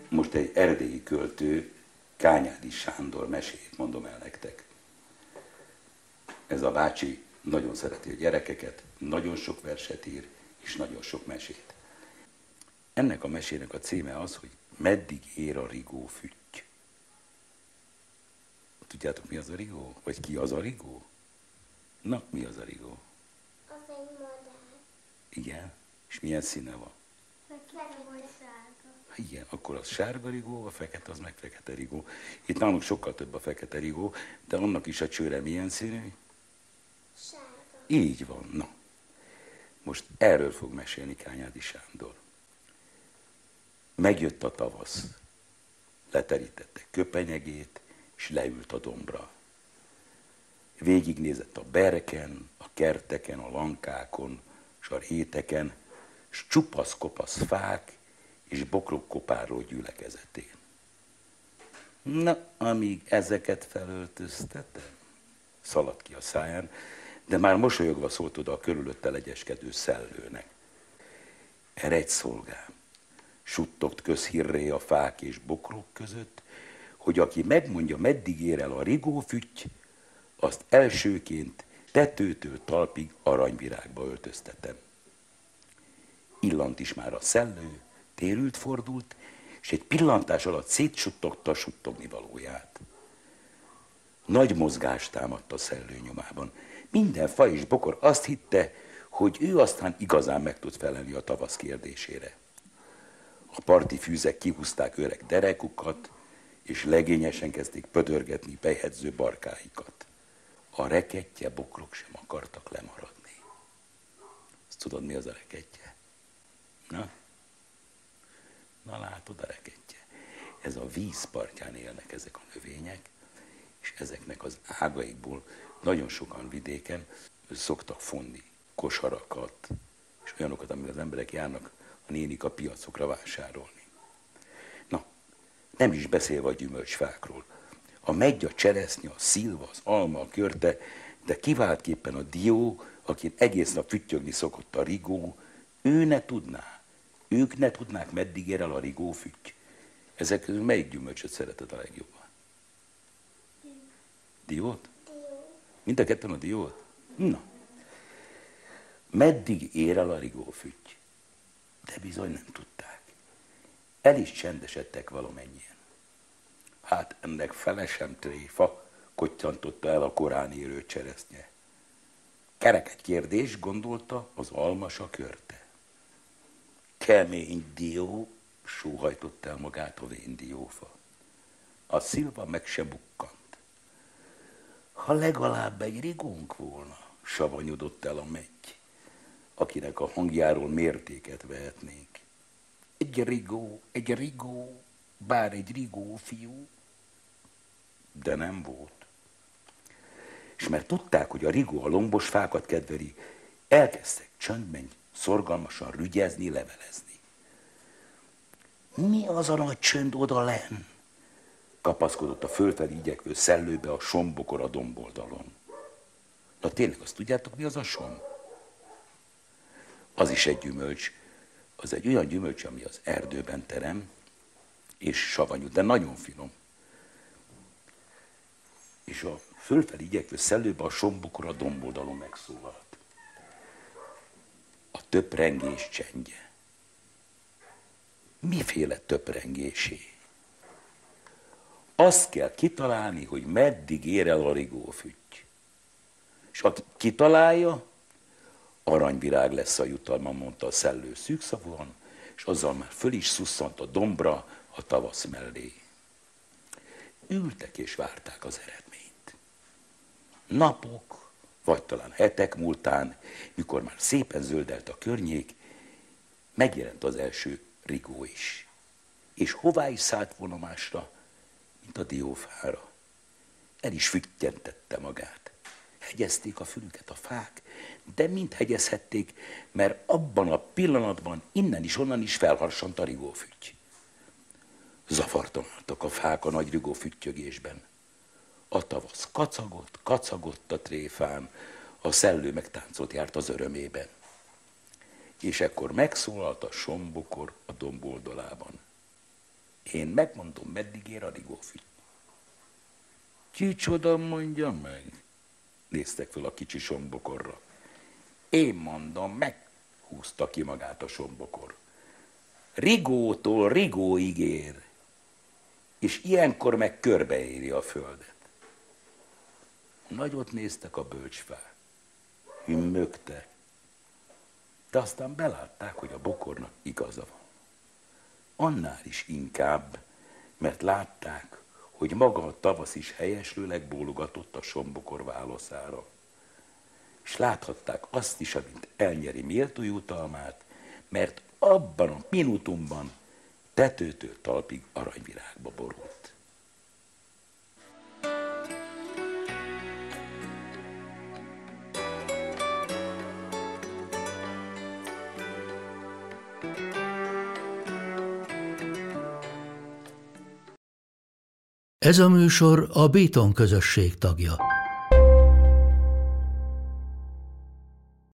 Most egy erdélyi költő, Kányádi Sándor meséjét mondom el nektek. Ez a bácsi nagyon szereti a gyerekeket, nagyon sok verset ír, és nagyon sok mesét. Ennek a mesének a címe az, hogy Meddig ér a rigó fütty. Tudjátok, mi az a rigó? Vagy ki az a rigó? Na, mi az a rigó? Az egy madár. Igen. És milyen színe van? Fekete vagy sárga. Igen, akkor az sárga rigó, a fekete az meg fekete rigó. Itt nálunk sokkal több a fekete rigó, de annak is a csőre milyen színű? Sárga. Így van, na. Most erről fog mesélni Kányádi Sándor. Megjött a tavasz. Leterítette köpenyegét, és leült a dombra. Végignézett a berken, a kerteken, a lankákon, s a réteken, s csupasz-kopasz fák és bokrok kopáró gyülekezetén. Na, amíg ezeket felöltöztetem, szaladt ki a száján, de már mosolyogva szólt oda a körülötte legyeskedő szellőnek. Eredj, szolgám, suttogd közhírré a fák és bokrok között, hogy aki megmondja, meddig ér el a rigófütty, azt elsőként tetőtől talpig aranyvirágba öltöztetem. Illant is már a szellő, térült fordult, és egy pillantás alatt szétsuttogta a suttognivalóját. Nagy mozgást támadt a szellő nyomában. Minden fa és bokor azt hitte, hogy ő aztán igazán meg tud felelni a tavasz kérdésére. A parti fűzek kihúzták öreg derekukat, és legényesen kezdték pödörgetni bejegyző barkáikat. A rekettye bokrok sem akartak lemaradni. Azt tudod, mi az a rekettye? Na? Na látod, a rekettye. Ez a vízpartján élnek ezek a növények, és ezeknek az ágaikból nagyon sokan vidéken szoktak fonni kosarakat, és olyanokat, amik az emberek járnak a nénik a piacokra vásárolni. Na, nem is beszélve a gyümölcsfákról. A megy, a cseresznye, a szilva, az alma, a körte, de kiváltképpen a dió, akin egész nap füttyögni szokott a rigó, ő ne tudná, ők ne tudnák, meddig ér el a rigó fütty. Ezek közül melyik gyümölcsöt szereted a legjobban? Diót? Mind a ketten a diót? Na. Meddig ér el a rigó fütty? De bizony nem tudták. El is csendesedtek valamennyien. Hát ennek fele sem tréfa, kottyantotta el a korán érő cseresznye. Kerek egy kérdés, gondolta az almas a körte. Kemény dió, sóhajtott el magát a vén diófa. A szilva meg se bukkant. Ha legalább egy rigónk volna, savanyodott el a megy, akinek a hangjáról mértéket vehetnénk. Egy rigó, bár egy rigó fiú, de nem volt. És mert tudták, hogy a rigó a lombos fákat kedveli, elkezdtek csöndben, szorgalmasan rügyezni, levelezni. Mi az a nagy csönd oda lenn? Kapaszkodott a fölfelé igyekvő szellőbe a sombokor a domboldalon. Na tényleg, azt tudjátok, mi az a somb? Az is egy gyümölcs. Az egy olyan gyümölcs, ami az erdőben terem, és savanyú, de nagyon finom. És a fölfelé igyekvő szellőbe a sombokor a domboldalon megszólalt. A töprengés csendje. Miféle töprengésé? Azt kell kitalálni, hogy meddig ér el a rigófütty. És aki kitalálja, aranyvirág lesz a jutalma, mondta a szellő szűkszavúan, és azzal már föl is szusszant a dombra a tavasz mellé. Ültek és várták az eredményt. Napok, vagy talán hetek múltán, mikor már szépen zöldelt a környék, megjelent az első rigó is. És hová is szállt volna másra, mint a diófára. El is füttyentette magát. Hegyezték a fülüket a fák, de mind hegyezhették, mert abban a pillanatban innen is, onnan is felharsant a rigófütty. Zavartan álltak a fák a nagy rigó füttyögésben. A tavasz kacagott a tréfán, a szellő megtáncolt járt az örömében. És ekkor megszólalt a sombokor a domb oldalában. Én megmondom, meddig ér a rigófű. Kicsoda mondja meg? Néztek fel a kicsi sombokorra. Én mondom, meghúzta ki magát a sombokor. Rigótól rigóig ér, és ilyenkor meg körbeéri a földet. Nagyot néztek a bölcsfák, hümmögtek, de aztán belátták, hogy a bokornak igaza van. Annál is inkább, mert látták, hogy maga a tavasz is helyeslőleg bólogatott a sombokor válaszára. És láthatták azt is, amint elnyeri méltó jutalmát, mert abban a minutumban tetőtől talpig aranyvirágba borult. Ez a műsor a Béton közösség tagja.